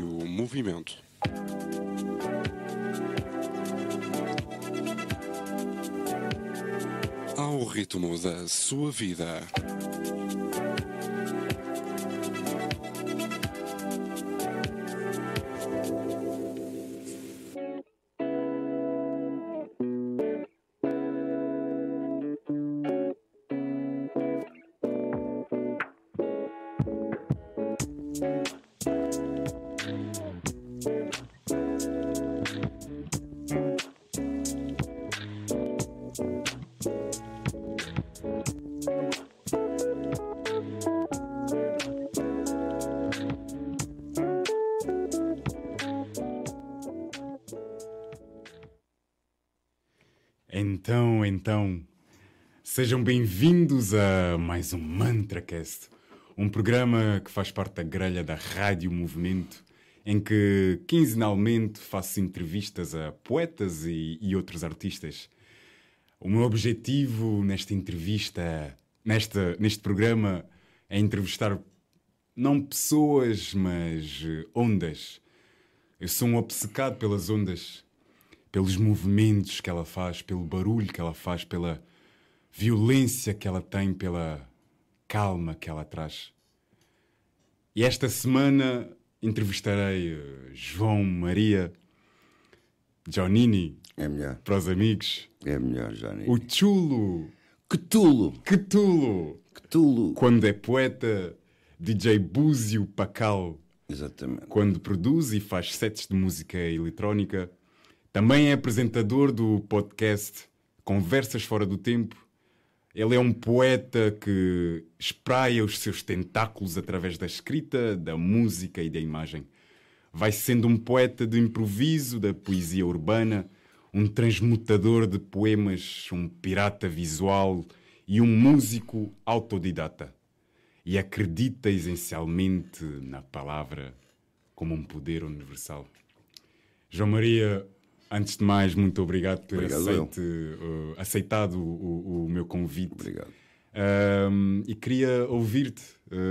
Rádio Movimento. Ao ritmo da sua vida. Então, sejam bem-vindos a mais um MantraCast, um programa que faz parte da grelha da Rádio Movimento, em que quinzenalmente faço entrevistas a poetas e outros artistas. O meu objetivo nesta entrevista, neste programa, é entrevistar não pessoas, mas ondas. Eu sou um obcecado pelas ondas, pelos movimentos que ela faz, pelo barulho que ela faz, pela violência que ela tem, pela calma que ela traz. E esta semana entrevistarei João Maria Giannini. É melhor. Para os amigos. É melhor, Giannini. O Chulo. Cthulhu. Quando é poeta, DJ Búzio Pacal. Exatamente. Quando produz e faz sets de música eletrónica. Também é apresentador do podcast Conversas Fora do Tempo. Ele é um poeta que espraia os seus tentáculos através da escrita, da música e da imagem. Vai sendo um poeta de improviso, da poesia urbana, um transmutador de poemas, um pirata visual e um músico autodidata. E acredita essencialmente na palavra como um poder universal. João Maria, antes de mais, muito obrigado por aceitado o meu convite. Obrigado. E queria ouvir-te.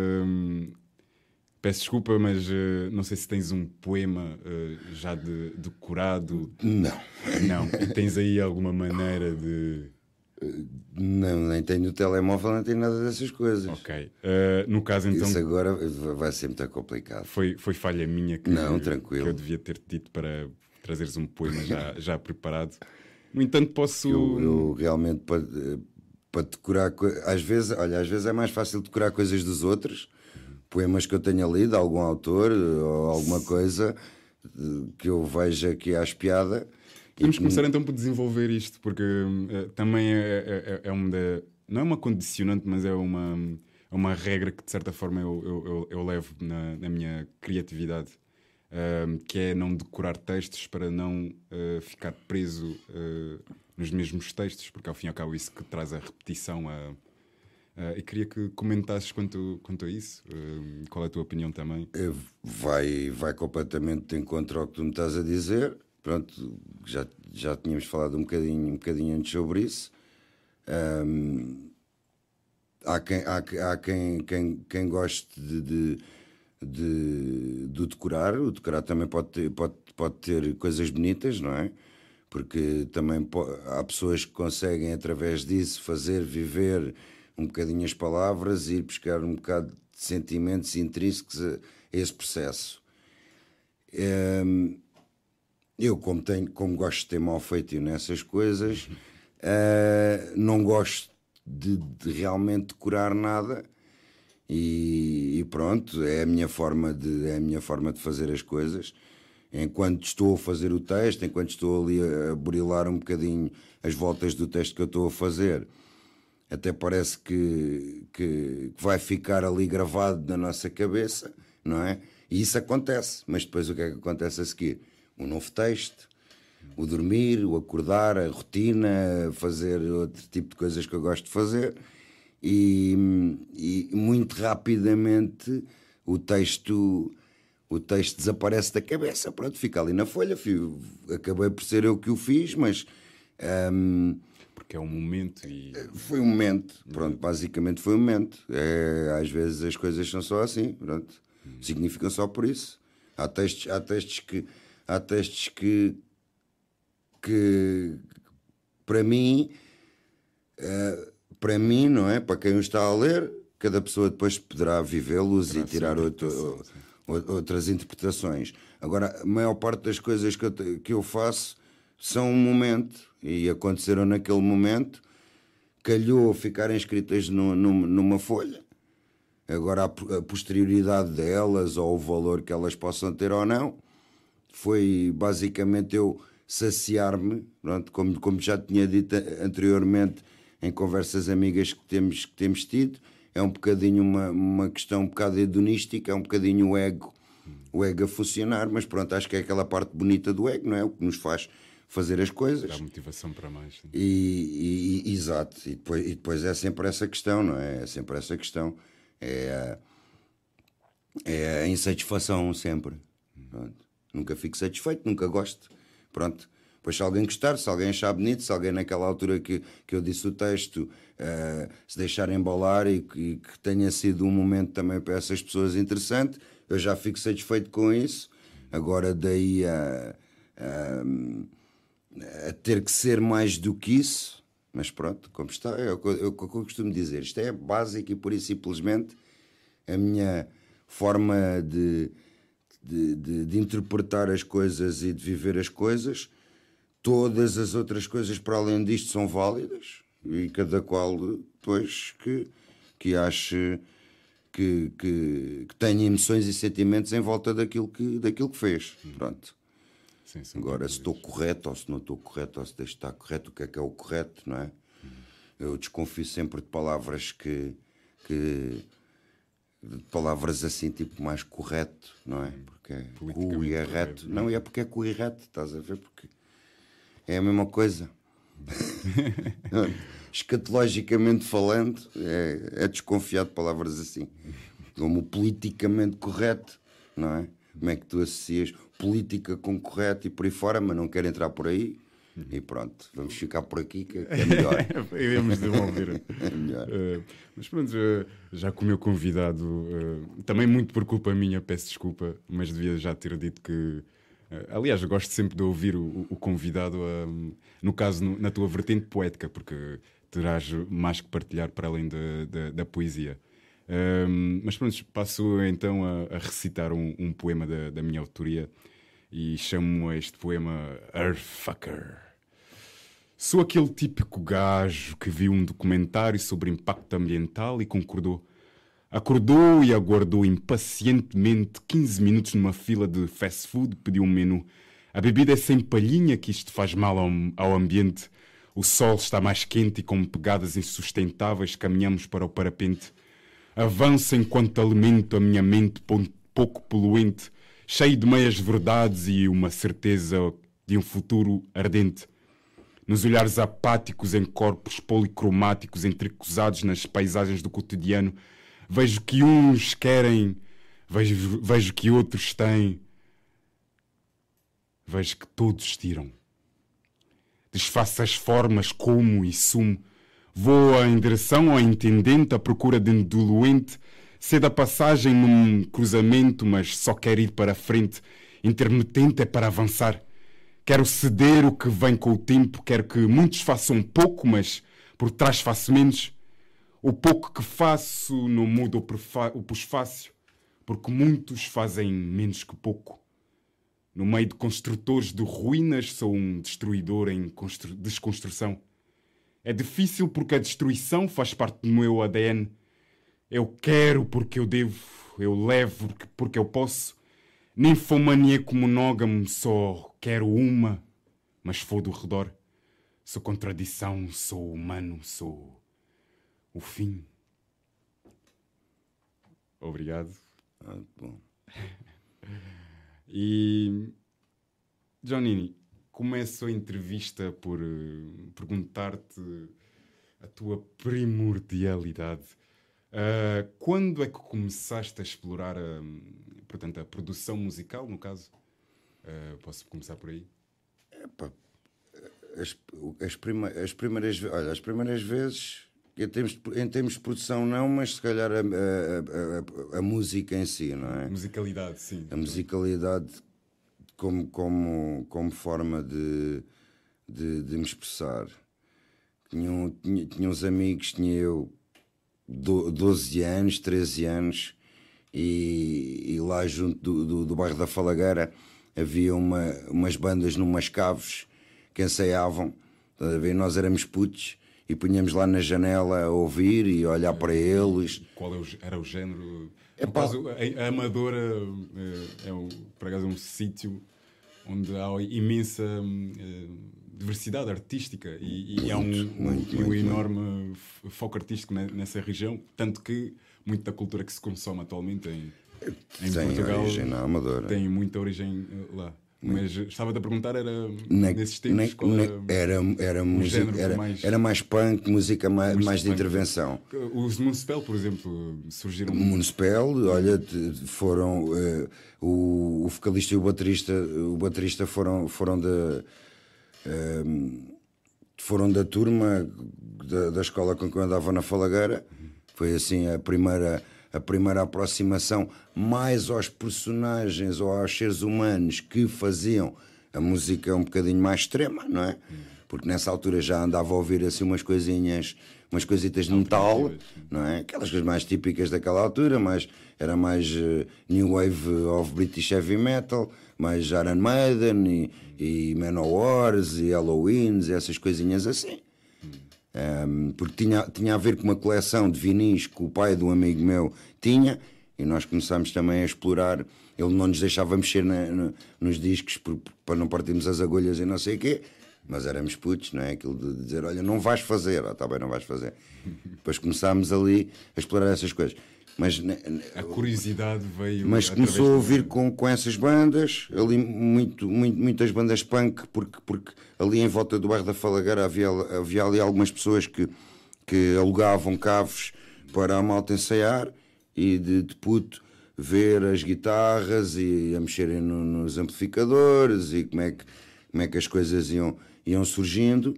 Peço desculpa, mas não sei se tens um poema já decorado. Não. E tens aí alguma maneira de... Não, nem tenho o telemóvel, nem tenho nada dessas coisas. Ok. No caso, então... Isso agora vai ser muito complicado. Foi falha minha que tranquilo. Que eu devia ter dito para trazeres um poema já preparado. No entanto, posso... Eu realmente, para decorar... Às vezes é mais fácil decorar coisas dos outros, poemas que eu tenha lido, algum autor ou alguma coisa que eu veja que há espiada. Podemos começar então por desenvolver isto, porque também é não é uma condicionante, mas é uma regra que de certa forma eu levo na minha criatividade. Que é não decorar textos para não ficar preso nos mesmos textos, porque ao fim e ao cabo isso que traz a repetição. E queria que comentasses quanto a isso. Qual é a tua opinião também? Vai completamente de encontro ao que tu me estás a dizer. Pronto, já tínhamos falado um bocadinho antes sobre isso. Há quem goste de decorar. O decorar também pode ter coisas bonitas, não é? Porque também há pessoas que conseguem através disso viver um bocadinho as palavras e ir buscar um bocado de sentimentos intrínsecos a esse processo. Eu, como gosto de ter mal feitio nessas coisas, não gosto de realmente decorar nada. E pronto, é a minha forma de fazer as coisas. Enquanto estou a fazer o texto, enquanto estou ali a burilar um bocadinho as voltas do texto que eu estou a fazer, até parece que vai ficar ali gravado na nossa cabeça, não é? E isso acontece, mas depois o que é que acontece a seguir? Um novo texto, o dormir, o acordar, a rotina, fazer outro tipo de coisas que eu gosto de fazer. E muito rapidamente o texto desaparece da cabeça, pronto, fica ali na folha. Acabei por ser eu que o fiz, mas porque é um momento e... Foi um momento, pronto, basicamente foi um momento. Às vezes as coisas são só assim, pronto, significam só por isso. Há textos que para mim, não é? Para quem o está a ler, cada pessoa depois poderá vivê-los e tirar outras interpretações. Agora, a maior parte das coisas que eu faço são um momento e aconteceram naquele momento, calhou ficarem escritas numa folha. Agora, a posterioridade delas ou o valor que elas possam ter ou não, foi basicamente eu saciar-me, pronto, como já tinha dito anteriormente em conversas amigas que temos tido, é um bocadinho uma questão um bocado hedonística, é um bocadinho o ego a funcionar, mas pronto, acho que é aquela parte bonita do ego, não é? O que nos faz fazer as coisas. Dá motivação para mais. Exato, e depois é sempre essa questão, não é? É sempre essa questão. É a insatisfação sempre. Pronto. Nunca fico satisfeito, nunca gosto. Pronto. Pois se alguém gostar, se alguém achar bonito, se alguém naquela altura que eu disse o texto se deixar embalar e que tenha sido um momento também para essas pessoas interessante, eu já fico satisfeito com isso. Agora daí a ter que ser mais do que isso, mas pronto, como está, é o que eu costumo dizer, isto é básico e pura e simplesmente a minha forma de interpretar as coisas e de viver as coisas. Todas as outras coisas para além disto são válidas e cada qual depois que ache que tenha emoções e sentimentos em volta daquilo que fez. Pronto. Sim, agora, se estou correto ou se não estou correto ou se deixo de estar correto, o que é o correto, não é? Eu desconfio sempre de palavras de palavras assim, tipo mais correto, não é? Porque é cu e é reto. Não, é porque é cu e reto, estás a ver? Porque é a mesma coisa. Escatologicamente falando, é desconfiar de palavras assim. Como o politicamente correto, não é? Como é que tu associas política com correto e por aí fora, mas não quero entrar por aí. E pronto, vamos ficar por aqui que é melhor. Iremos desenvolver. É melhor. Mas pronto, já com o meu convidado, também muito por culpa minha, peço desculpa, mas devia já ter dito que. Aliás, eu gosto sempre de ouvir o convidado, no caso, na tua vertente poética, porque terás mais que partilhar para além da poesia. Mas pronto, passo então a recitar um poema da minha autoria e chamo este poema Earthfucker. Sou aquele típico gajo que viu um documentário sobre impacto ambiental e concordou. Acordou e aguardou impacientemente 15 minutos numa fila de fast food, pediu um menu. A bebida é sem palhinha que isto faz mal ao ambiente. O sol está mais quente e com pegadas insustentáveis caminhamos para o parapente. Avança enquanto alimento a minha mente pouco poluente, cheio de meias verdades e uma certeza de um futuro ardente. Nos olhares apáticos em corpos policromáticos entrecruzados nas paisagens do cotidiano, vejo que uns querem, vejo que outros têm, vejo que todos tiram. Desfaço as formas como e sumo, vou em direção ao intendente à procura de um diluente, cedo a passagem num cruzamento, mas só quero ir para a frente, intermitente é para avançar. Quero ceder o que vem com o tempo, quero que muitos façam pouco, mas por trás faço menos. O pouco que faço não muda o pós-fácil, porque muitos fazem menos que pouco. No meio de construtores de ruínas, sou um destruidor em desconstrução. É difícil porque a destruição faz parte do meu ADN. Eu quero porque eu devo, eu levo porque eu posso. Ninfomaníaco monógamo, só quero uma, mas for do redor. Sou contradição, sou humano, sou o fim. Obrigado. Bom. E, Johnny, começo a entrevista por perguntar-te a tua primordialidade. Quando é que começaste a explorar portanto, a produção musical, no caso? Posso começar por aí? As primeiras vezes em termos de produção não, mas se calhar a música em si, não é? Musicalidade, sim. A musicalidade como forma de me expressar. Tinha uns amigos, tinha eu 12 anos, 13 anos, e lá junto do bairro da Falagueira havia umas bandas numas caves que ensaiavam. Nós éramos putos e punhamos lá na janela a ouvir e a olhar para eles. Qual era o género? É No caso, a Amadora por acaso, é um sítio onde há imensa diversidade artística e há um enorme foco artístico nessa região, tanto que muito da cultura que se consome atualmente em Portugal origem na Amadora. Tem muita origem lá. Mas estava-te a perguntar, nesses tempos, qual era música, era mais punk, música mais de intervenção. Os Municipal, por exemplo, surgiram... Municipal, olha, foram o vocalista e o baterista foram da turma da escola com que eu andava na Falagueira. Foi assim a primeira aproximação mais aos personagens ou aos seres humanos que faziam a música um bocadinho mais extrema, não é? Porque nessa altura já andava a ouvir assim umas coisitas de metal, não é? Aquelas coisas mais típicas daquela altura, mas era mais New Wave of British Heavy Metal, mais Iron Maiden e Manowars e Halloweens e essas coisinhas assim. Porque tinha a ver com uma coleção de vinis que o pai de um amigo meu tinha, e nós começámos também a explorar. Ele não nos deixava mexer nos discos para não partirmos as agulhas e não sei o quê, mas éramos putos, não é? Aquilo de dizer, olha, não vais fazer, está bem, não vais fazer. Depois começámos ali a explorar essas coisas. Mas a curiosidade veio. Mas começou a ouvir com essas bandas, ali muitas bandas punk, porque ali em volta do bairro da Falagueira havia ali algumas pessoas que alugavam caves para a malta ensaiar e de puto ver as guitarras e a mexerem nos amplificadores e como é que as coisas iam surgindo.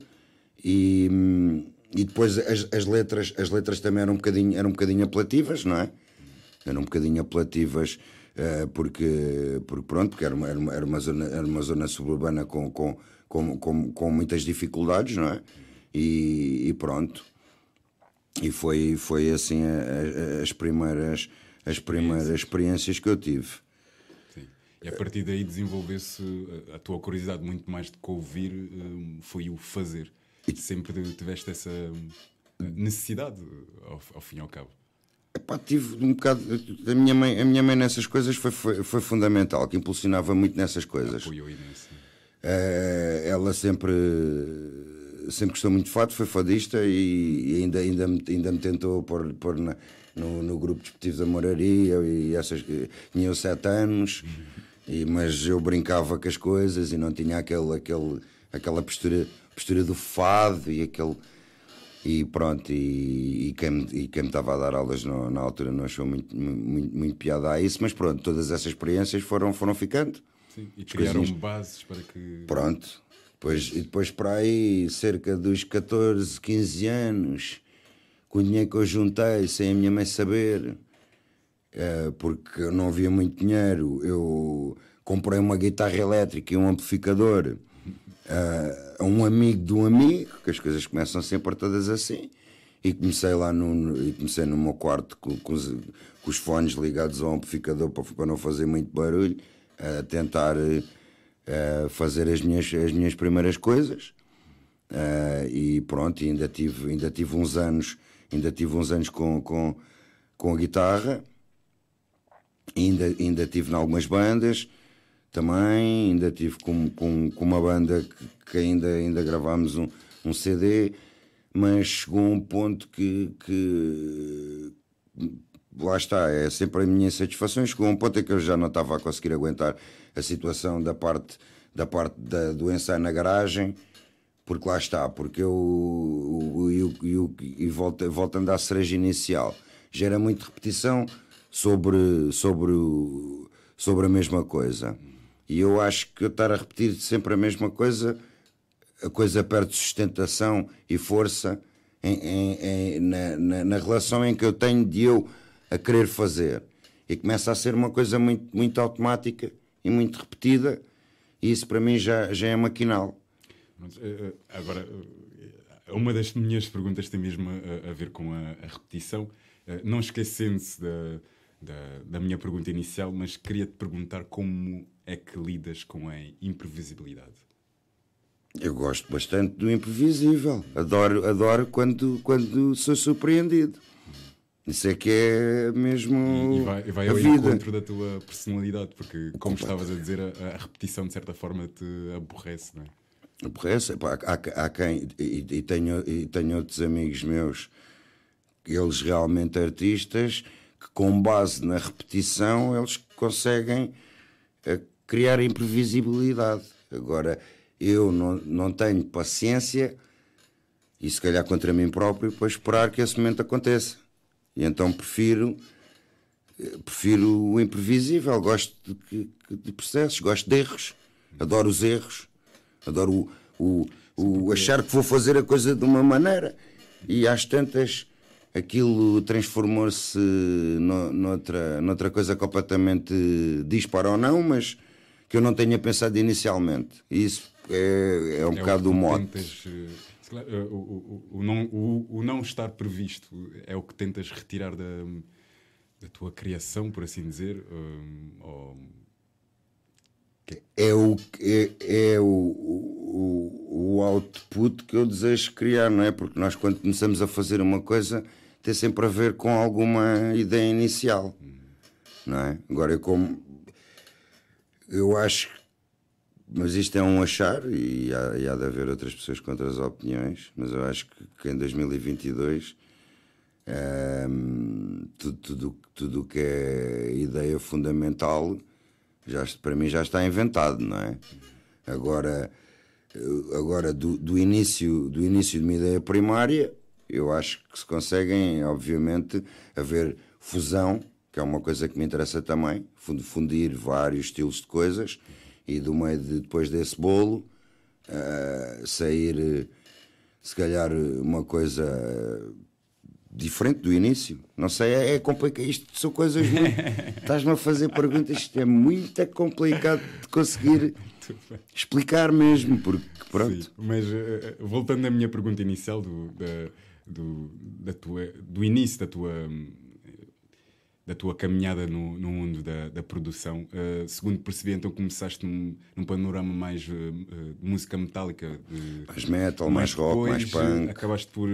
E depois as letras também eram um bocadinho apelativas, não é? Eram um bocadinho apelativas porque era uma zona suburbana com muitas dificuldades, não é? E pronto. E foi assim as primeiras experiências que eu tive. Sim. E a partir daí desenvolveu-se a tua curiosidade muito mais do que ouvir, foi o fazer. E sempre tiveste essa necessidade, ao fim e ao cabo? Epá, tive um bocado. A minha mãe nessas coisas foi fundamental, que impulsionava muito nessas coisas. Apoiou imenso. Ela sempre gostou muito de fado, foi fadista e ainda me tentou pôr no grupo desportivo da Moraria e essas. Tinha eu 7 anos, mas eu brincava com as coisas e não tinha aquela postura do fado e pronto, e quem me estava a dar aulas na altura não achou muito piada a isso, mas pronto, todas essas experiências foram ficando. Sim, e criaram bases para que... Pronto, depois para aí, cerca dos 14, 15 anos, com o dinheiro que eu juntei, sem a minha mãe saber, porque não havia muito dinheiro, eu comprei uma guitarra elétrica e um amplificador a um amigo de um amigo, que as coisas começam sempre todas assim, e comecei lá no meu quarto com os fones ligados ao amplificador para não fazer muito barulho, a tentar fazer as minhas primeiras coisas, e pronto, ainda tive uns anos com a guitarra, ainda tive em algumas bandas. Também ainda tive com uma banda que ainda gravámos um CD, mas chegou a um ponto que lá está, é sempre a minha insatisfação. Chegou a um ponto em que eu já não estava a conseguir aguentar a situação da parte do ensaio na garagem, porque lá está, porque voltando à cereja inicial, já era muito repetição sobre a mesma coisa. E eu acho que eu estar a repetir sempre a mesma coisa, a coisa perde sustentação e força na relação em que eu tenho de eu a querer fazer. E começa a ser uma coisa muito, muito automática e muito repetida, e isso para mim já é maquinal. Mas, agora, uma das minhas perguntas tem mesmo a ver com a repetição, não esquecendo-se da minha pergunta inicial, mas queria-te perguntar como é que lidas com a imprevisibilidade. Eu gosto bastante do imprevisível. Adoro quando sou surpreendido. Isso é que é mesmo e vai a ao vida. encontro da tua personalidade, porque, como estavas a dizer, a repetição de certa forma te aborrece, não é? Aborrece. Há quem... E tenho outros amigos meus, eles realmente artistas, que com base na repetição eles conseguem criar imprevisibilidade. Agora, eu não tenho paciência, e se calhar contra mim próprio, para esperar que esse momento aconteça. E então prefiro o imprevisível. Gosto de processos, gosto de erros, adoro os erros, adoro o achar que vou fazer a coisa de uma maneira, e às tantas aquilo transformou-se noutra coisa completamente dispara ou não, mas que eu não tenha pensado inicialmente. E isso é um bocado o mote. O não estar previsto é o que tentas retirar da tua criação, por assim dizer? É o output que eu desejo criar, não é? Porque nós, quando começamos a fazer uma coisa, tem sempre a ver com alguma ideia inicial, não é? Agora, eu acho, mas isto é um achar, e há de haver outras pessoas com outras opiniões, mas eu acho que em 2022 tudo o que é ideia fundamental para mim já está inventado, não é? Agora do início de uma ideia primária, eu acho que se conseguem, obviamente, haver fusão, que é uma coisa que me interessa também, fundir vários estilos de coisas, e do meio depois desse bolo sair, se calhar, uma coisa diferente do início. Não sei, é complicado. Isto são coisas muito... Estás-me a fazer perguntas, isto é muito complicado de conseguir explicar mesmo, porque pronto. Sim, mas voltando à minha pergunta inicial do início da tua caminhada no mundo da produção, segundo percebi, então começaste num panorama mais de música metálica, mais metal, mais rock, mais punk. Acabaste por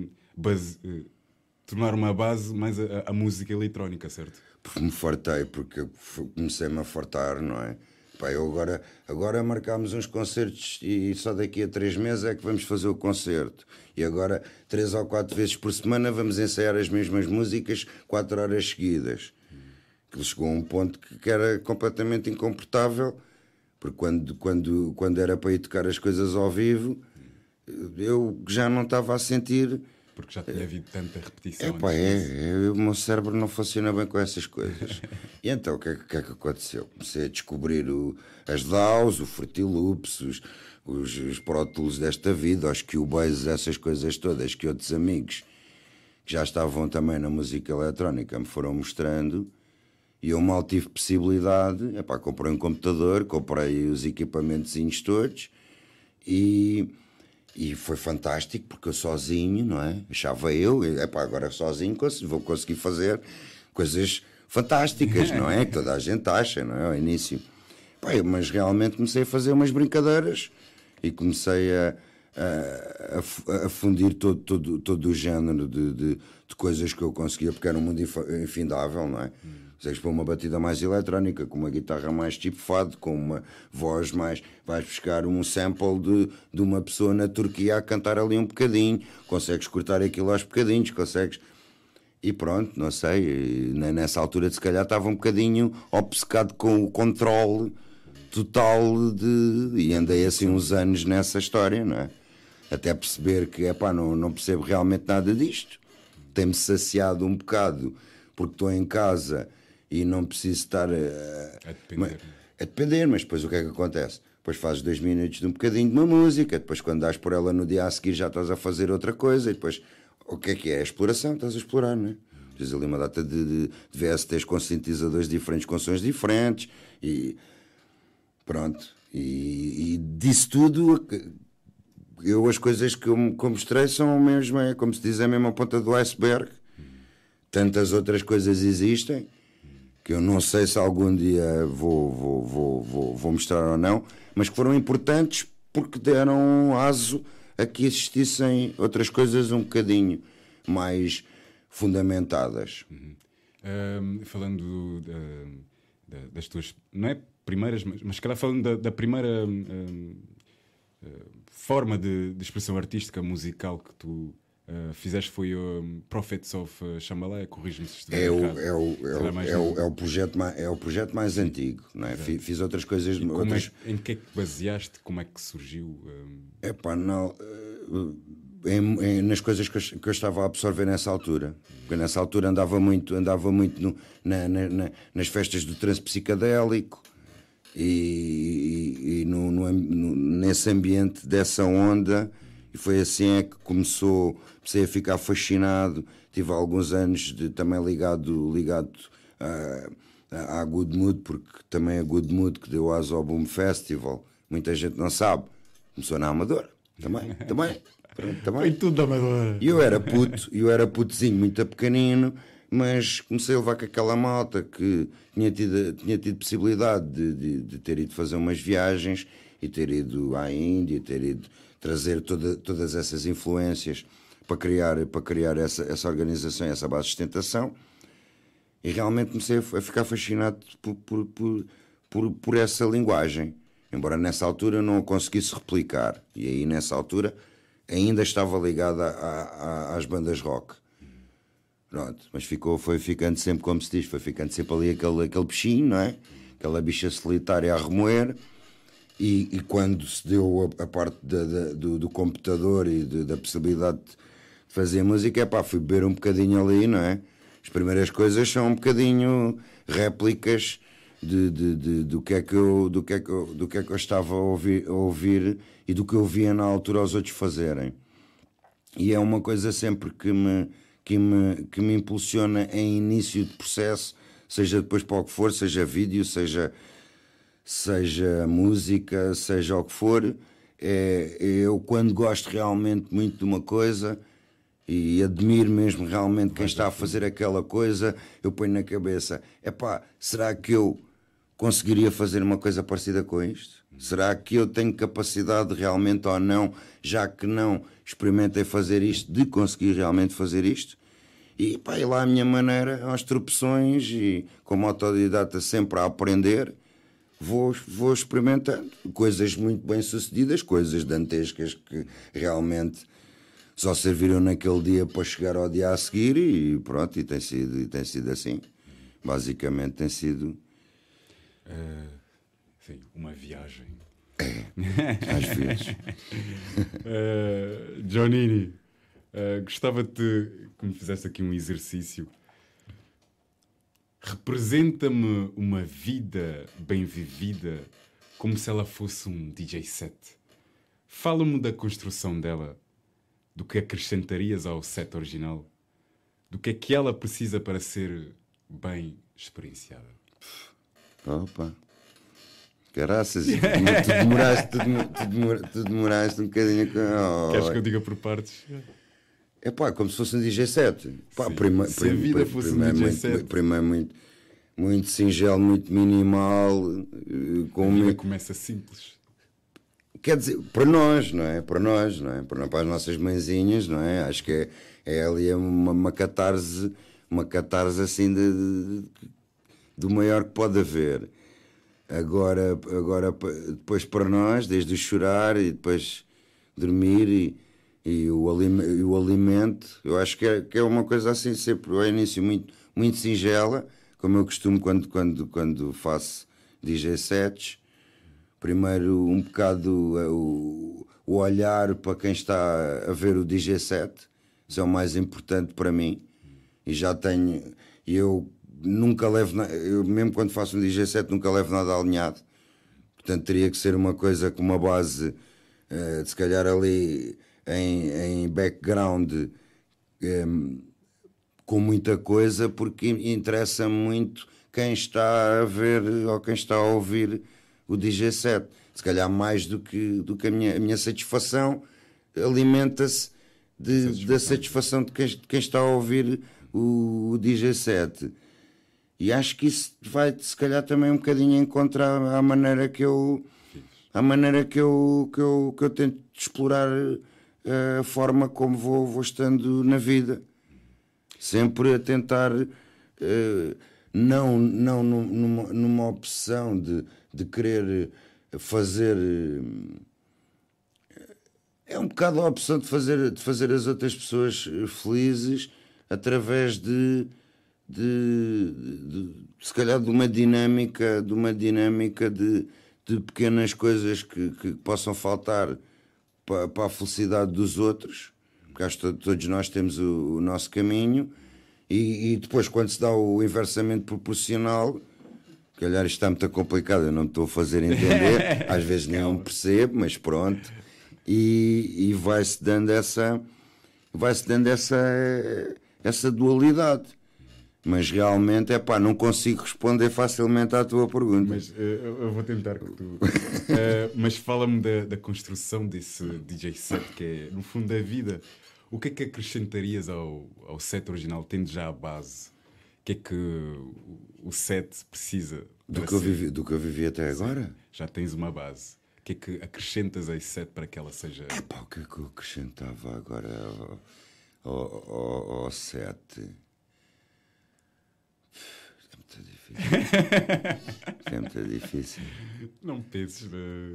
tornar uma base mais a música eletrónica, certo? Porque me fartei, porque comecei-me a fartar, não é? Pá, eu agora marcámos uns concertos e só daqui a 3 meses é que vamos fazer o concerto. E agora 3 ou 4 vezes por semana vamos ensaiar as mesmas músicas 4 horas seguidas. Que chegou a um ponto que era completamente incomportável, porque quando era para ir tocar as coisas ao vivo, eu já não estava a sentir... Porque já tinha havido tanta repetição. O meu cérebro não funciona bem com essas coisas. E então, o que é que aconteceu? Comecei a descobrir as DAWs, o Fruity Loops, os Pro Tools desta vida, os Cubase, essas coisas todas que outros amigos que já estavam também na música eletrónica me foram mostrando, e eu mal tive possibilidade. Comprei um computador, comprei os equipamentozinhos todos, e foi fantástico, porque eu sozinho, não é? Achava agora sozinho vou conseguir fazer coisas fantásticas, não é? Que toda a gente acha, não é? Ao início. Mas realmente comecei a fazer umas brincadeiras e comecei a fundir todo o género de coisas que eu conseguia, porque era um mundo infindável, não é? Consegues pôr uma batida mais eletrónica, com uma guitarra mais tipo fado, com uma voz mais... Vais buscar um sample de uma pessoa na Turquia a cantar ali um bocadinho, consegues cortar aquilo aos bocadinhos, consegues... E pronto, não sei, nessa altura se calhar estava um bocadinho obcecado com o controle total e andei assim uns anos nessa história, não é? Até perceber que, não percebo realmente nada disto. Tem-me saciado um bocado, porque estou em casa... E não preciso estar a depender, mas depois o que é que acontece? Depois fazes 2 minutos de um bocadinho de uma música, depois quando dás por ela no dia a seguir já estás a fazer outra coisa, e depois o que é? A exploração, estás a explorar, não é? Tens ali uma data de VSTs com sintetizadores diferentes, com sons diferentes, e pronto. E disso tudo, as coisas que eu mostrei são mesmo, é como se diz, a mesma ponta do iceberg. Tantas outras coisas existem, que eu não sei se algum dia vou mostrar ou não, mas que foram importantes porque deram aso a que existissem outras coisas um bocadinho mais fundamentadas. Falando das tuas, não é primeiras, mas se calhar falando da primeira forma de expressão artística musical que tu fizeste, foi o Prophets of Shambhala, corrijo-me se estiver errado. É o projeto mais antigo, não é? Fiz outras coisas. Em que é que baseaste? Como é que surgiu? Nas coisas que eu estava a absorver nessa altura. Porque nessa altura andava muito nas festas do trance psicadélico e nesse ambiente dessa onda, e foi assim é que comecei a ficar fascinado. Tive alguns anos também ligado à Good Mood, porque também a Good Mood que deu aso ao Boom Festival, muita gente não sabe, começou na Amadora também. Foi tudo amador. E eu era putozinho, muito pequenino, mas comecei a levar com aquela malta que tinha tido possibilidade de ter ido fazer umas viagens e ter ido à Índia, ter ido trazer todas essas influências para criar essa organização, essa base de sustentação, e realmente comecei a ficar fascinado por essa linguagem, embora nessa altura não a conseguisse replicar, e aí nessa altura ainda estava ligada às bandas rock. Pronto, mas foi ficando sempre, como se diz, foi ficando sempre ali aquele bichinho, não é? Aquela bicha solitária a remoer, e quando se deu a parte do computador e da possibilidade de fazer música, fui beber um bocadinho ali, não é? As primeiras coisas são um bocadinho réplicas do que é que eu estava a ouvir e do que eu via na altura os outros fazerem. E é uma coisa sempre que me impulsiona em início de processo, seja depois para o que for, seja vídeo, seja música, seja o que for. Eu, quando gosto realmente muito de uma coisa e admiro mesmo realmente quem está a fazer aquela coisa, eu ponho na cabeça, será que eu conseguiria fazer uma coisa parecida com isto? Será que eu tenho capacidade realmente ou não, já que não experimentei fazer isto, de conseguir realmente fazer isto? E lá a minha maneira, aos tropeções, e como autodidata sempre a aprender, vou experimentando coisas muito bem sucedidas, coisas dantescas que realmente só serviram naquele dia para chegar ao dia a seguir, e pronto, e tem sido assim. Basicamente tem sido sim, uma viagem. Às vezes. Johnini, gostava de que me fizesse aqui um exercício. Representa-me uma vida bem vivida como se ela fosse um DJ set. Fala-me da construção dela, do que acrescentarias ao set original, do que é que ela precisa para ser bem experienciada. Opa, caraças, tu demoraste um bocadinho. Queres que eu diga por partes? Como se fosse um DJ set. Se a vida fosse um DJ set. Primeiro muito singelo, muito minimal. A vida começa simples. Quer dizer, para nós, não é? Para as nossas mãezinhas, não é? Acho que é ali uma catarse assim do maior que pode haver. Agora, depois para nós, desde o chorar e depois dormir e o alimento, eu acho que é uma coisa assim, sempre ao início muito, muito singela, como eu costumo quando faço DJ sets. Primeiro um bocado o olhar para quem está a ver o DJ set, isso é o mais importante para mim, e eu nunca levo, eu mesmo quando faço um DJ set nunca levo nada alinhado, portanto teria que ser uma coisa com uma base, se calhar ali em background, com muita coisa, porque interessa muito quem está a ver ou quem está a ouvir o DJ set. Se calhar mais do que a minha satisfação, alimenta-se da satisfação de quem está a ouvir o DJ set. E acho que isso vai, se calhar, também um bocadinho em contra à maneira que eu tento explorar a forma como vou estando na vida. Sempre a tentar, não numa opção de querer fazer. É um bocado a opção de fazer as outras pessoas felizes através se calhar de uma dinâmica de pequenas coisas que possam faltar para a felicidade dos outros, porque acho que todos nós temos o nosso caminho, e depois, quando se dá o inversamente proporcional, se calhar isto está muito complicado, eu não me estou a fazer entender, às vezes nem eu percebo, mas pronto, e vai-se dando essa dualidade. Mas realmente, não consigo responder facilmente à tua pergunta. Mas eu vou tentar que tu... mas fala-me da construção desse DJ set, que é, no fundo, da vida. O que é que acrescentarias ao set original, tendo já a base? O que é que o set precisa? Do que eu vivi até agora? Já tens uma base. O que é que acrescentas a esse set para que ela seja... O que é que eu acrescentava agora ao set? É muito difícil. Não penses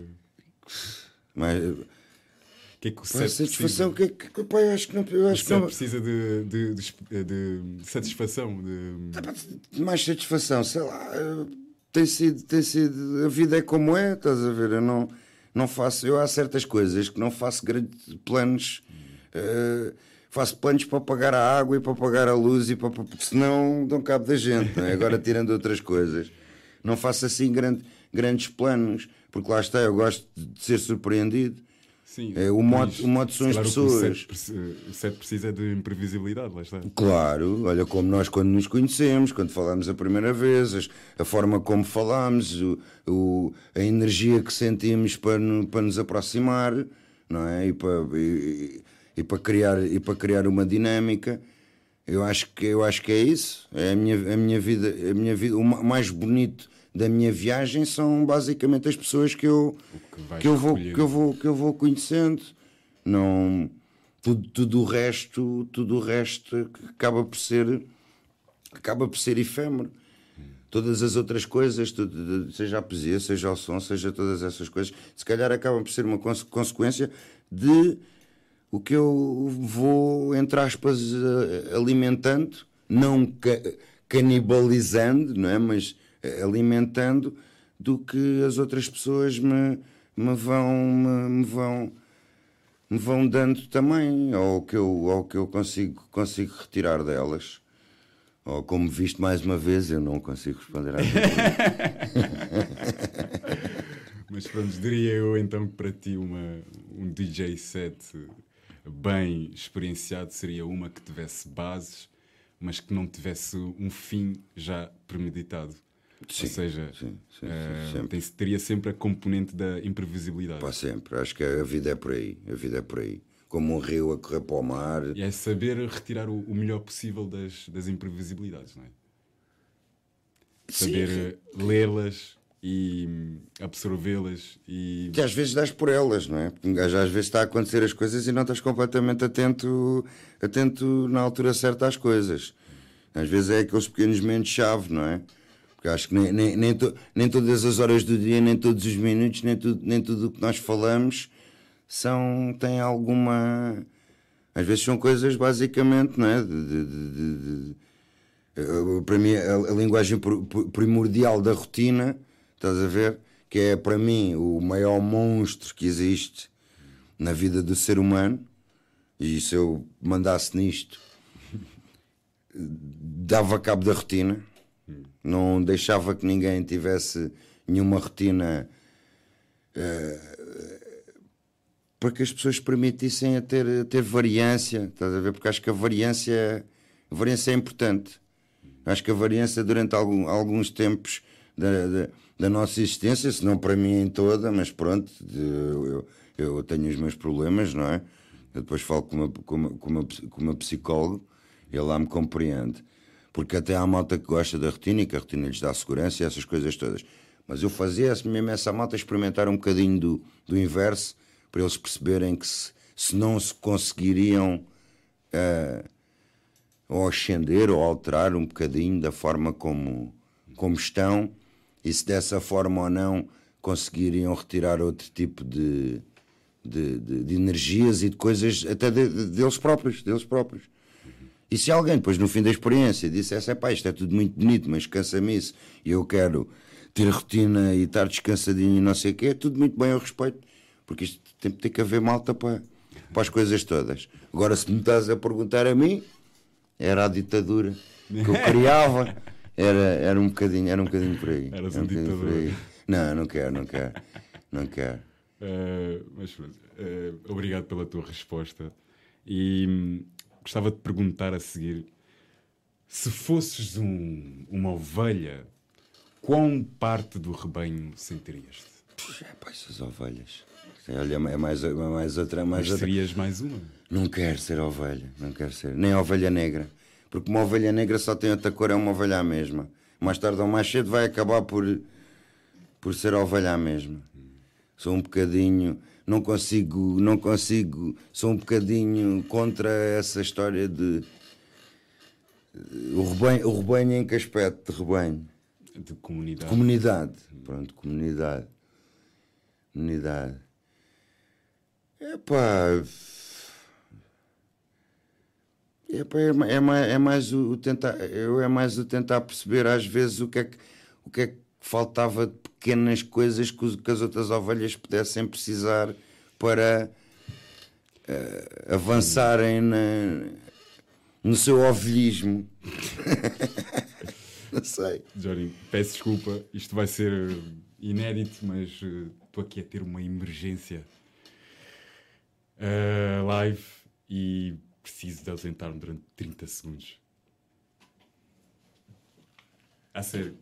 mas o que é que o set satisfação precisa? Eu acho que não. O set precisa de satisfação, de mais satisfação, sei lá. Tem sido. A vida é como é, estás a ver? Eu não faço. Há certas coisas que não faço grandes planos. Faço planos para pagar a água e para pagar a luz, porque senão dão cabo da gente, não é? Agora, tirando outras coisas, não faço assim grandes planos, porque lá está, eu gosto de ser surpreendido. Sim, o modo são as pessoas. O set precisa de imprevisibilidade, lá está. Claro, olha como nós quando nos conhecemos, quando falamos a primeira vez, a forma como falamos, a energia que sentimos para nos aproximar, não é? E para criar uma dinâmica. Eu acho que é isso. É a minha vida, o mais bonito da minha viagem são basicamente as pessoas que eu vou conhecendo. Não, tudo o resto acaba por ser efêmero. Todas as outras coisas, seja a poesia, seja o som, seja todas essas coisas, se calhar acabam por ser uma consequência de o que eu vou, entre aspas, alimentando, não canibalizando, não é? Mas alimentando do que as outras pessoas me vão dando também, ou que eu consigo retirar delas. Ou como visto mais uma vez, eu não consigo responder à pergunta. Mas pronto, diria eu então que para ti um DJ set bem experienciado seria uma que tivesse bases, mas que não tivesse um fim já premeditado. Sim, ou seja, sim, teria sempre a componente da imprevisibilidade. Para sempre. Acho que a vida é por aí. Como um rio a correr para o mar. E é saber retirar o melhor possível das imprevisibilidades, não é? Saber lê-las e absorvê-las e... Que às vezes dás por elas, não é? Porque um gajo às vezes está a acontecer as coisas e não estás completamente atento na altura certa às coisas. Às vezes é aqueles pequenos momentos-chave, não é? Porque acho que nem todas as horas do dia, nem todos os minutos, nem tudo o que nós falamos tem alguma... Às vezes são coisas basicamente, não é? Para mim, a linguagem primordial da rotina, estás a ver? Que é para mim o maior monstro que existe na vida do ser humano. E se eu mandasse nisto, dava cabo da rotina. Não deixava que ninguém tivesse nenhuma rotina para que as pessoas permitissem a ter variância, estás a ver? Porque acho que a variância é importante. Acho que a variância durante alguns tempos da nossa existência, se não para mim em toda, mas pronto, eu tenho os meus problemas, não é? Eu depois falo com uma psicólogo e ele lá me compreende. Porque até há malta que gosta da rotina e que a rotina lhes dá segurança e essas coisas todas. Mas eu fazia mesmo essa malta experimentar um bocadinho do inverso, para eles perceberem que se não se conseguiriam ou ascender ou alterar um bocadinho da forma como estão, e se dessa forma ou não conseguiriam retirar outro tipo de energias e de coisas até deles próprios. E se alguém depois no fim da experiência dissesse, pá, isto é tudo muito bonito, mas cansa-me isso e eu quero ter rotina e estar descansadinho e não sei o quê, é tudo muito bem, eu respeito, porque isto tem que haver malta para as coisas todas. Agora, se me estás a perguntar a mim, era a ditadura que eu criava, era um bocadinho por aí. Eras um ditador. Não quero. Mas obrigado pela tua resposta. E gostava de perguntar a seguir: se fosses uma ovelha, quão parte do rebanho sentirias-te? Pá, essas ovelhas. Olha, é mais outra. Mas serias mais uma? Não quero ser ovelha, não quero ser. Nem ovelha negra. Porque uma ovelha negra só tem outra cor, é uma ovelha à mesma. Mais tarde ou mais cedo vai acabar por ser ovelha à mesma. Sou um bocadinho. Não consigo. Sou um bocadinho contra essa história de. O rebanho em que aspecto de rebanho? De comunidade. Comunidade. Pronto, comunidade. Epá, é mais o tentar perceber às vezes o que é que faltava de pequenas coisas que as outras ovelhas pudessem precisar para avançarem no seu ovelhismo. Não sei. Johnny, peço desculpa, isto vai ser inédito, mas estou aqui a ter uma emergência live e preciso de ausentar-me durante 30 segundos. A sério.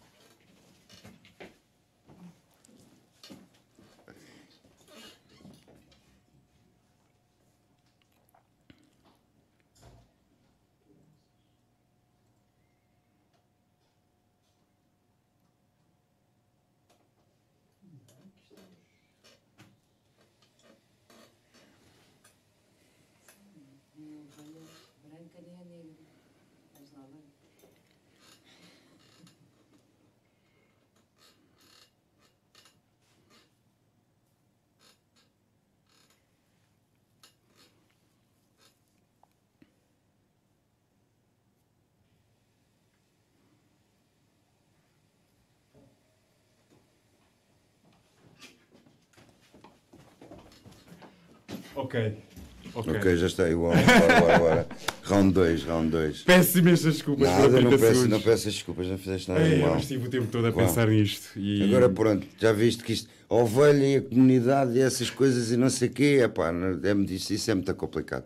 Ok, já está igual. Bora. Round 2. Peço imensas desculpas. Nada, não peças desculpas, não fizeste nada de mal. Eu estive o tempo todo a pensar nisto. E... Agora pronto, já viste que isto, a ovelha e a comunidade e essas coisas e não sei o quê, isso é muito complicado.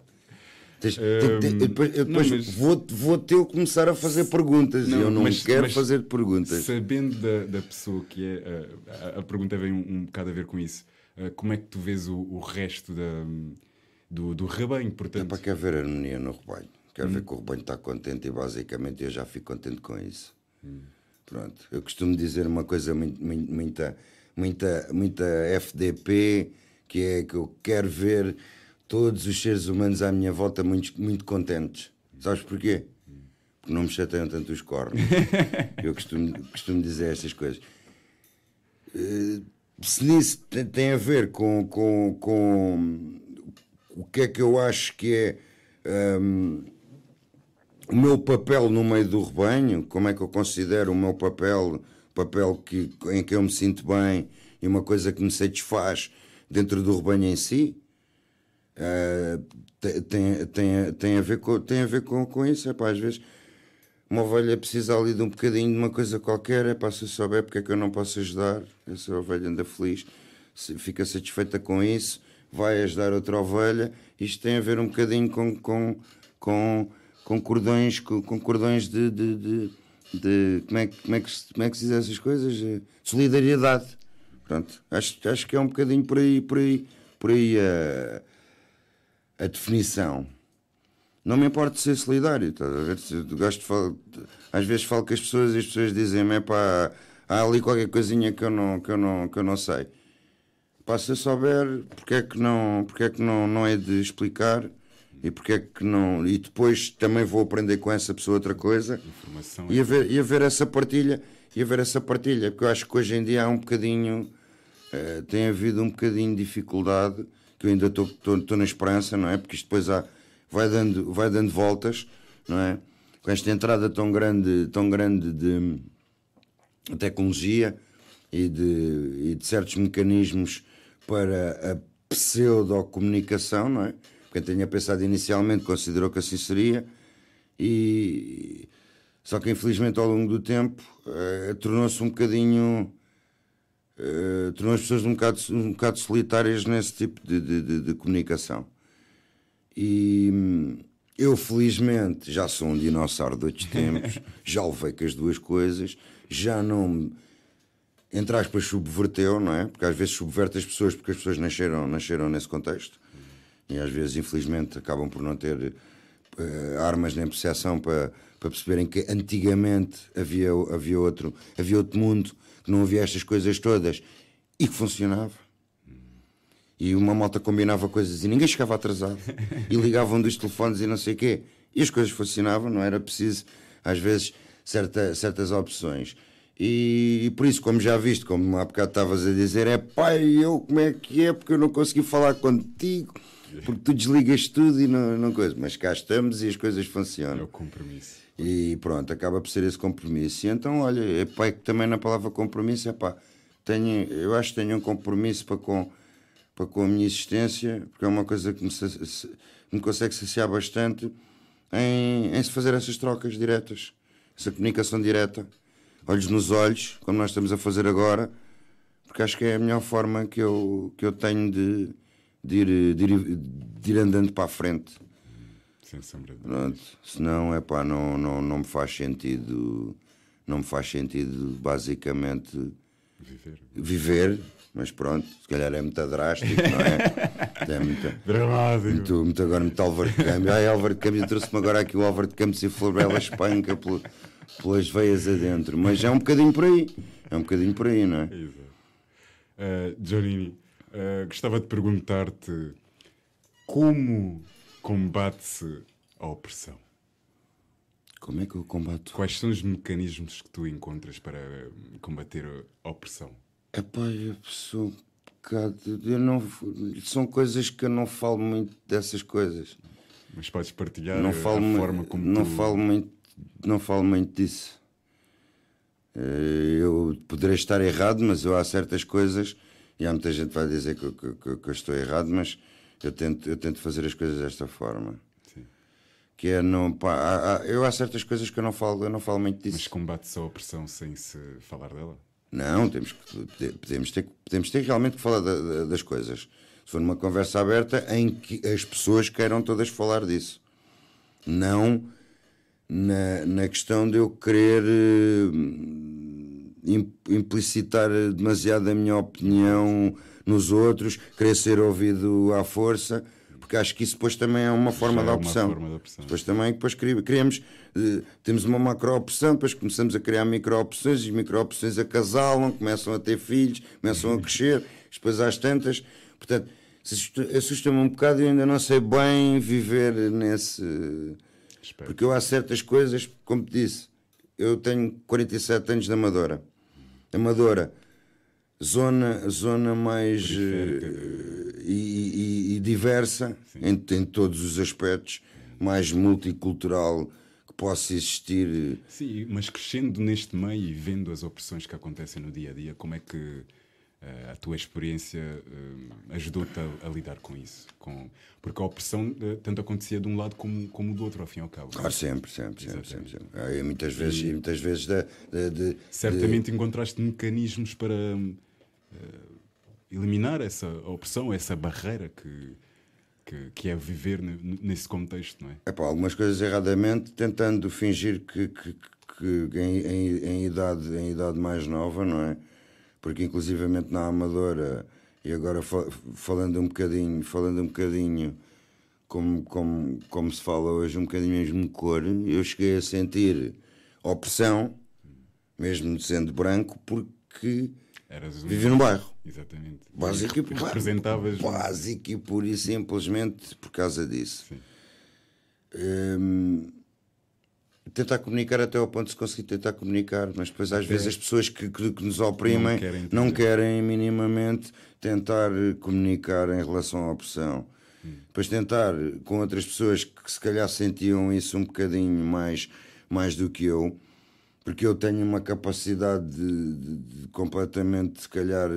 Depois vou ter que começar a fazer perguntas e eu não quero fazer perguntas. Sabendo da pessoa que é, a pergunta vem um bocado a ver com isso. Como é que tu vês o resto do rebanho? Portanto... Quer ver harmonia no rebanho. Quero ver que o rebanho está contente e basicamente eu já fico contente com isso. Pronto. Eu costumo dizer uma coisa muita FDP, que é que eu quero ver todos os seres humanos à minha volta muito contentes. Sabes porquê? Porque não me chateiam tanto os cornos. Eu costumo dizer estas coisas. Se nisso tem a ver com o que é que eu acho que é o meu papel no meio do rebanho, como é que eu considero o meu papel em que eu me sinto bem e uma coisa que me satisfaz dentro do rebanho em si, tem a ver com isso. Às vezes uma ovelha precisa ali de um bocadinho de uma coisa qualquer, se eu souber porque é que eu não posso ajudar, essa ovelha anda feliz, fica satisfeita com isso, vai ajudar outra ovelha. Isto tem a ver um bocadinho com cordões de como é que se diz essas coisas? De solidariedade. Pronto, acho que é um bocadinho por aí a definição. Não me importa de ser solidário, estás a ver? Gosto de falar, às vezes falo com as pessoas e as pessoas dizem-me, há ali qualquer coisinha que eu não sei. Pá, se eu souber, porque é que não é de explicar e porque é que não. E depois também vou aprender com essa pessoa outra coisa. Informação e haver essa partilha. Porque eu acho que hoje em dia há um bocadinho. Tem havido um bocadinho de dificuldade, que eu ainda estou na esperança, não é? Porque isto depois vai dando voltas, não é? Com esta entrada tão grande de tecnologia e de certos mecanismos para a pseudo-comunicação, não é? Quem tinha pensado inicialmente considerou que assim seria, só que infelizmente ao longo do tempo tornou-se um bocadinho. Tornou as pessoas um bocado solitárias nesse tipo de comunicação. E eu, felizmente, já sou um dinossauro de outros tempos, já levei com as duas coisas, já não me, entre aspas, subverteu, não é? Porque às vezes subverte as pessoas porque as pessoas nasceram nesse contexto e às vezes, infelizmente, acabam por não ter armas nem percepção para perceberem que antigamente havia outro mundo, que não havia estas coisas todas e que funcionava. E uma malta combinava coisas e ninguém chegava atrasado. E ligavam dos telefones e não sei o quê. E as coisas funcionavam, não era preciso, às vezes, certas opções. E por isso, como já viste, como há bocado estavas a dizer, pai, como é que é? Porque eu não consegui falar contigo, porque tu desligas tudo e não coisa. Mas cá estamos e as coisas funcionam. É o compromisso. E pronto, acaba por ser esse compromisso. E então, olha, é que também na palavra compromisso, eu acho que tenho um compromisso para com a minha existência, porque é uma coisa que me consegue saciar bastante em se fazer essas trocas diretas, essa comunicação direta, olhos nos olhos, como nós estamos a fazer agora, porque acho que é a melhor forma que eu tenho de ir andando para a frente. Sem sombra de Pronto, senão não me faz sentido, basicamente viver. Mas pronto, se calhar é muito drástico, não é? É muito dramático. Muito agora, muito Álvaro de Campos. Álvaro de Campos, trouxe-me agora aqui o Álvaro de Campos e Florela espanca pelas veias adentro. Mas é um bocadinho por aí. Não é? Exato. Giannini, gostava de perguntar-te como combate-se a opressão? Como é que eu combato? Quais são os mecanismos que tu encontras para combater a opressão? Eu sou um bocado. São coisas que eu não falo muito dessas coisas. Mas podes partilhar a forma como não falo muito disso. Eu poderei estar errado, mas há certas coisas, e há muita gente que vai dizer que eu estou errado, mas eu tento fazer as coisas desta forma. Sim. Que é há certas coisas que eu não falo muito disso. Mas combate-se a opressão sem se falar dela? Não, podemos ter realmente que falar das coisas. Se for numa conversa aberta em que as pessoas queiram todas falar disso. Não na questão de eu querer implicitar demasiado a minha opinião nos outros, querer ser ouvido à força, porque acho que isso depois também é uma forma de opressão. Depois criamos, temos uma macro-opressão, depois começamos a criar micro-opressões, e as micro-opressões acasalam, começam a ter filhos, começam a crescer, depois às tantas. Portanto, assusta-me um bocado e eu ainda não sei bem viver nesse. Porque eu há certas coisas, como te disse, eu tenho 47 anos de Amadora. Zona mais e diversa em todos os aspectos, mais multicultural que possa existir. Sim, mas crescendo neste meio e vendo as opressões que acontecem no dia a dia, como é que a tua experiência ajudou-te a lidar com isso? Porque a opressão tanto acontecia de um lado como do outro, ao fim e ao cabo. Claro, sempre. Muitas vezes certamente encontraste mecanismos para eliminar essa opressão, essa barreira que é viver nesse contexto, não é? Epá, algumas coisas erradamente, tentando fingir que em idade mais nova, não é? Porque inclusivamente na Amadora, e agora falando um bocadinho como se fala hoje, um bocadinho mesmo de cor, eu cheguei a sentir opressão, mesmo sendo branco, porque vivi no bairro. Exatamente. Representavas. Básico e pura e simplesmente por causa disso. Tentar comunicar até ao ponto de se conseguir tentar comunicar, mas depois às vezes as pessoas que nos oprimem não querem minimamente tentar comunicar em relação à opressão. Depois tentar com outras pessoas que se calhar sentiam isso um bocadinho mais do que eu, porque eu tenho uma capacidade de completamente, se calhar,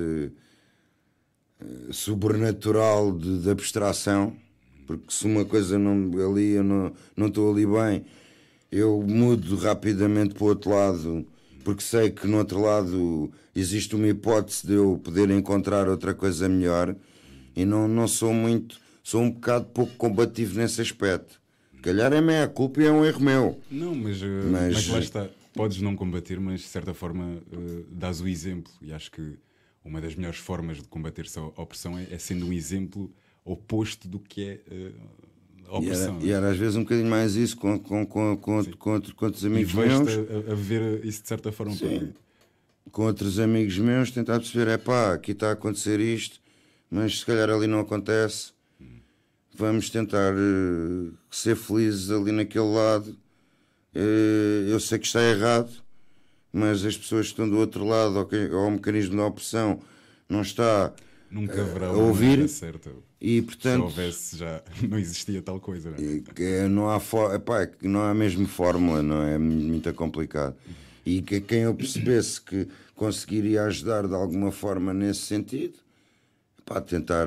sobrenatural de abstração, porque se uma coisa eu não estou ali bem, eu mudo rapidamente para o outro lado, porque sei que no outro lado existe uma hipótese de eu poder encontrar outra coisa melhor, e não sou um bocado pouco combativo nesse aspecto. Se calhar é meia culpa e é um erro meu. Não, mas lá está. Podes não combater, mas de certa forma dás o exemplo. E acho que uma das melhores formas de combater a opressão é sendo um exemplo oposto do que é a opressão. E era às vezes um bocadinho mais isso com outros amigos meus. A ver isso de certa forma. Com outros amigos meus, tentar perceber, aqui está a acontecer isto, mas se calhar ali não acontece. Vamos tentar ser felizes ali naquele lado. Eu sei que está errado, mas as pessoas que estão do outro lado ao mecanismo da opressão não está nunca haverá a ouvir certa. E portanto, se houvesse já não existia tal coisa, não há mesmo fórmula, não é muito complicado. E quem eu percebesse que conseguiria ajudar de alguma forma nesse sentido, tentar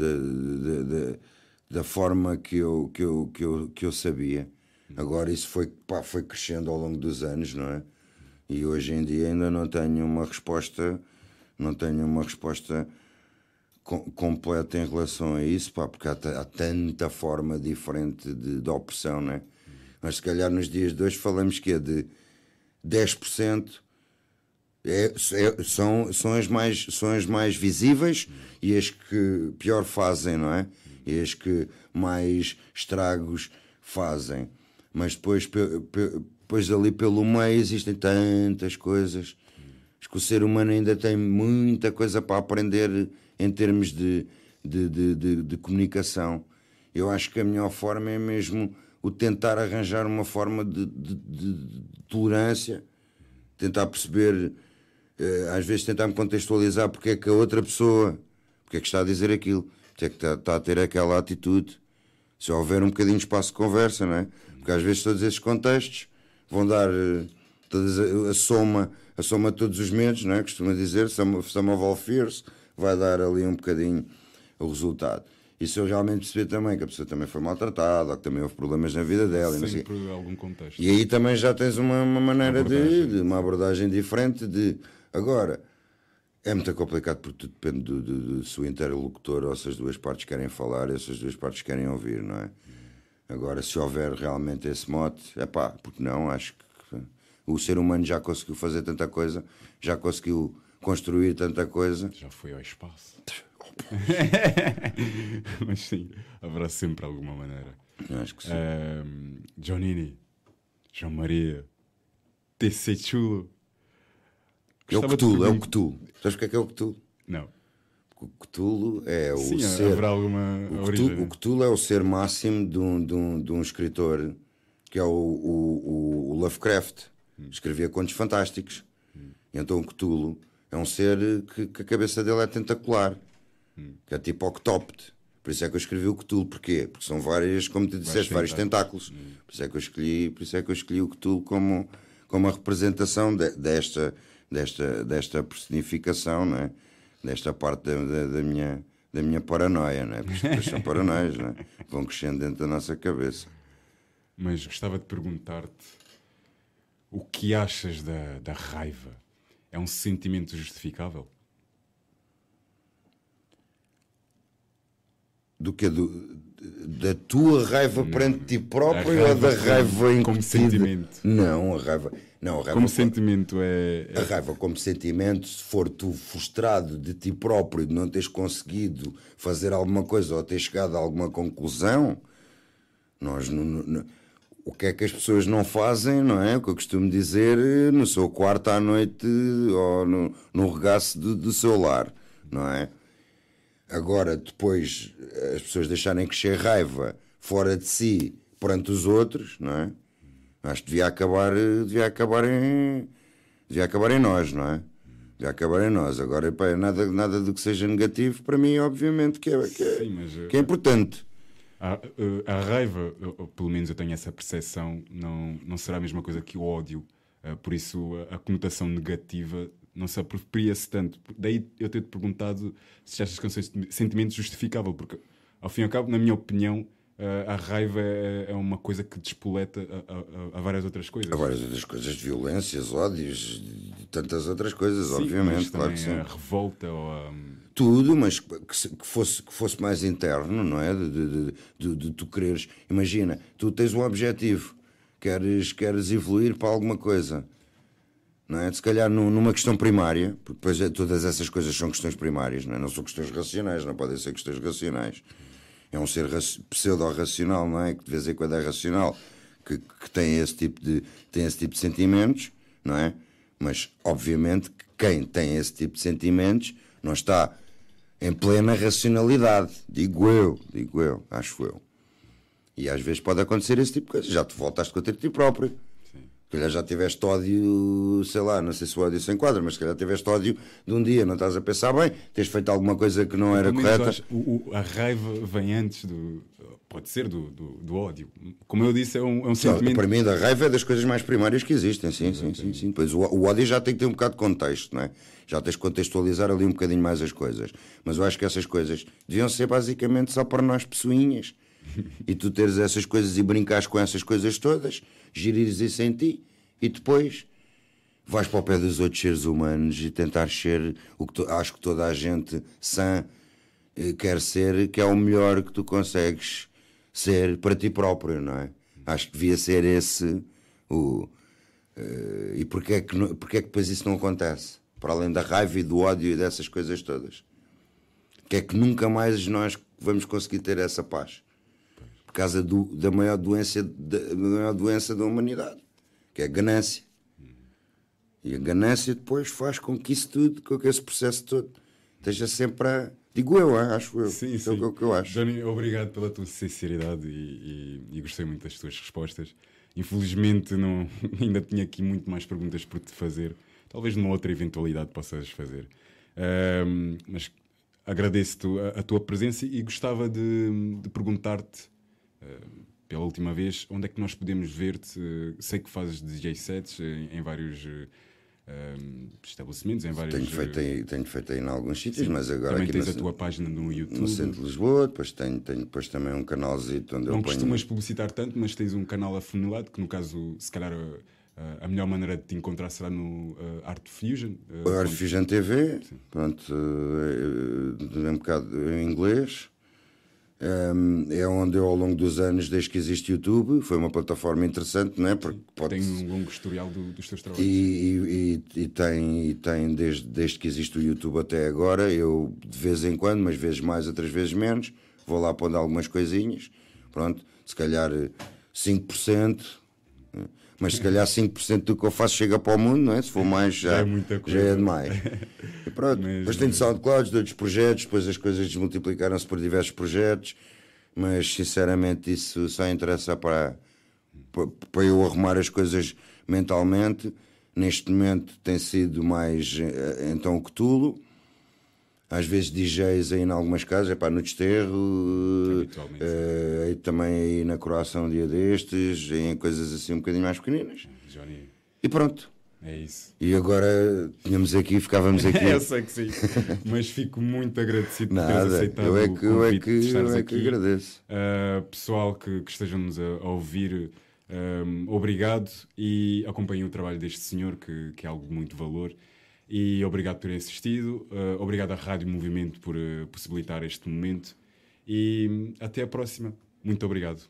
da forma que eu sabia. Agora isso foi crescendo ao longo dos anos, não é? E hoje em dia ainda não tenho uma resposta completa em relação a isso, porque há tanta forma diferente de opção, não é? Mas se calhar nos dias de hoje falamos que é de 10%, são as mais visíveis e as que pior fazem, não é? E as que mais estragos fazem. Mas depois ali pelo meio existem tantas coisas. Acho que o ser humano ainda tem muita coisa para aprender em termos de comunicação. Eu acho que a melhor forma é mesmo o tentar arranjar uma forma de tolerância, tentar perceber, às vezes tentar-me contextualizar porque é que a outra pessoa, porque é que está a dizer aquilo, porque é que está a ter aquela atitude. Se houver um bocadinho de espaço de conversa, não é? Porque às vezes todos esses contextos vão dar a soma de todos os medos, não é? Costuma dizer, sum of all fears, vai dar ali um bocadinho o resultado. E se eu realmente perceber também que a pessoa também foi maltratada, ou que também houve problemas na vida dela, sempre algum contexto. E aí também já tens uma maneira uma abordagem diferente de... Agora, é muito complicado porque tudo depende do seu interlocutor, ou se as duas partes querem falar, ou se as duas partes querem ouvir, não é? Agora, se houver realmente esse mote, porque não, acho que o ser humano já conseguiu fazer tanta coisa, já conseguiu construir tanta coisa. Já foi ao espaço. Mas sim, haverá sempre alguma maneira. Acho que sim. Johnini, João Maria, TC Chulo. É o Cthulhu. Sabes o que é o Cthulhu? Não. O Cthulhu é o Sim, ser... haverá alguma origem. O Cthulhu é o ser máximo de um escritor que é o Lovecraft. Escrevia contos fantásticos. E então o Cthulhu é um ser que a cabeça dele é tentacular. Que é tipo octópode. Por isso é que eu escrevi o Cthulhu. Porquê? Porque são várias, como tu disseste, vários tentáculos. Por isso é que eu escolhi o Cthulhu como a representação desta personificação, não é? Desta parte da minha paranoia, não é? Porque as são paranoias, não é? Vão crescendo dentro da nossa cabeça. Mas gostava de perguntar-te o que achas da raiva? É um sentimento justificável? Do que da tua raiva perante ti próprio ou da raiva como incutida? sentimento. Não, a raiva Como sentimento A raiva como sentimento, se for tu frustrado de ti próprio, de não teres conseguido fazer alguma coisa ou ter chegado a alguma conclusão, nós o que é que as pessoas não fazem, não é? O que eu costumo dizer, no seu quarto à noite ou no regaço do seu lar, não é? Agora, depois, as pessoas deixarem crescer raiva fora de si perante os outros, não é? Acho que devia acabar em nós, não é? Devia acabar em nós. Agora, pá, nada do que seja negativo, para mim, obviamente, que é importante. A raiva, pelo menos eu tenho essa percepção, não será a mesma coisa que o ódio. Por isso, a conotação negativa não se apropria-se tanto. Daí eu ter-te perguntado se achas que é um sentimento justificável, porque, ao fim e ao cabo, na minha opinião, a raiva é uma coisa que despoleta a várias outras coisas. A várias outras coisas, de violências, ódios, de tantas outras coisas, sim, obviamente, mas claro que sim. A revolta ou a... Tudo, mas que fosse mais interno, não é? De tu quereres. Imagina, tu tens um objetivo, queres evoluir para alguma coisa, não é? Se calhar numa questão primária, porque depois todas essas coisas são questões primárias, não é? Não são questões racionais, não podem ser questões racionais. É um ser pseudo-racional, não é? Que de vez em quando é racional, que tem esse tipo de sentimentos, não é? Mas, obviamente, que quem tem esse tipo de sentimentos não está em plena racionalidade. Digo eu, acho eu. E às vezes pode acontecer esse tipo de coisa. Já te voltaste contra ti próprio. Se calhar já tiveste ódio, sei lá, não sei se o ódio se enquadra, mas se calhar tiveste ódio de um dia, não estás a pensar bem, tens feito alguma coisa que não era correta. A raiva vem antes pode ser do ódio. Como eu disse, é um sentimento... Para mim, a raiva é das coisas mais primárias que existem, sim. Depois o ódio já tem que ter um bocado de contexto, não é? Já tens que contextualizar ali um bocadinho mais as coisas. Mas eu acho que essas coisas deviam ser basicamente só para nós pessoinhas. E tu teres essas coisas e brincares com essas coisas todas, gerires isso em ti e depois vais para o pé dos outros seres humanos e tentar ser o que acho que toda a gente sã quer ser, que é o melhor que tu consegues ser para ti próprio, não é? Acho que devia ser esse o... e porque é que depois isso não acontece? Para além da raiva e do ódio e dessas coisas todas. Que é que nunca mais nós vamos conseguir ter essa paz? Por causa da maior doença da humanidade, que é a ganância. E a ganância depois faz com que isso tudo, com que esse processo todo esteja sempre a... Digo eu, acho eu. Sim. É o que eu acho. Johnny, obrigado pela tua sinceridade e gostei muito das tuas respostas. Infelizmente ainda tinha aqui muito mais perguntas por te fazer. Talvez numa outra eventualidade possas fazer. Mas agradeço-te a tua presença e gostava de perguntar-te, pela última vez, onde é que nós podemos ver-te? Sei que fazes DJ sets em vários estabelecimentos, em vários... Tenho feito aí em alguns sítios, Sim, mas agora também aqui tens a tua página no YouTube. no centro de Lisboa, depois tenho depois também um canalzito onde Não eu costumas ponho... publicitar tanto, mas tens um canal afunilado, que no caso, se calhar, a melhor maneira de te encontrar será no Art Fusion. Art Fusion TV, pronto, é um bocado em inglês. É onde eu, ao longo dos anos, desde que existe YouTube, foi uma plataforma interessante, não é? Porque tem um longo historial dos teus trabalhos. E tem desde que existe o YouTube até agora, eu de vez em quando, mas vezes mais, outras vezes menos, vou lá pondo algumas coisinhas, pronto, se calhar 5%, mas se calhar 5% do que eu faço chega para o mundo, não é? Se for mais, já é muita coisa. Já é demais. E pronto, depois tenho SoundCloud de outros projetos, depois as coisas desmultiplicaram-se por diversos projetos, mas sinceramente isso só interessa para eu arrumar as coisas mentalmente. Neste momento tem sido mais então o Cthulhu. Às vezes DJs aí em algumas casas, no Desterro, também aí na Croação um dia destes, em coisas assim um bocadinho mais pequeninas. Johnny, e pronto. É isso. E agora ficávamos aqui. Eu sei que sim, mas fico muito agradecido por teres aceitado eu é o convite de estares que aqui. agradeço. Pessoal que estejam-nos a ouvir, obrigado, e acompanhem o trabalho deste senhor, que é algo de muito valor. E obrigado por terem assistido, obrigado à Rádio Movimento por possibilitar este momento, E até a próxima. Muito obrigado.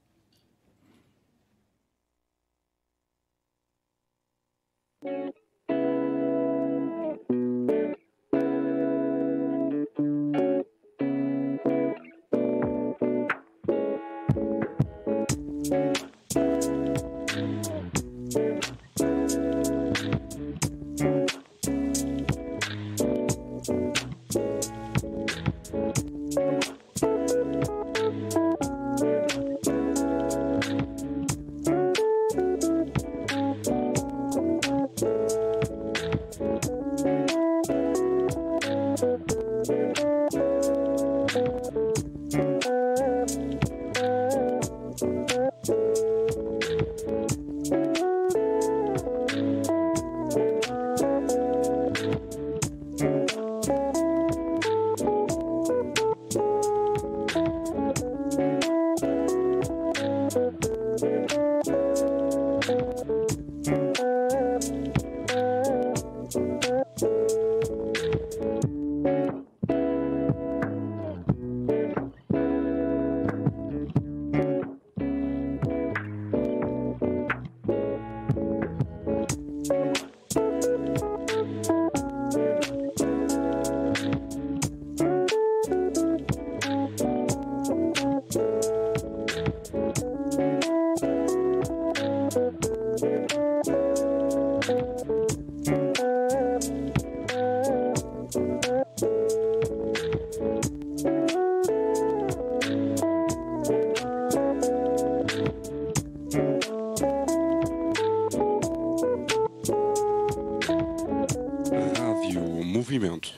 Rádio Movimento.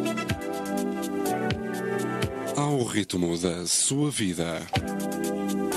Ao ritmo da sua vida.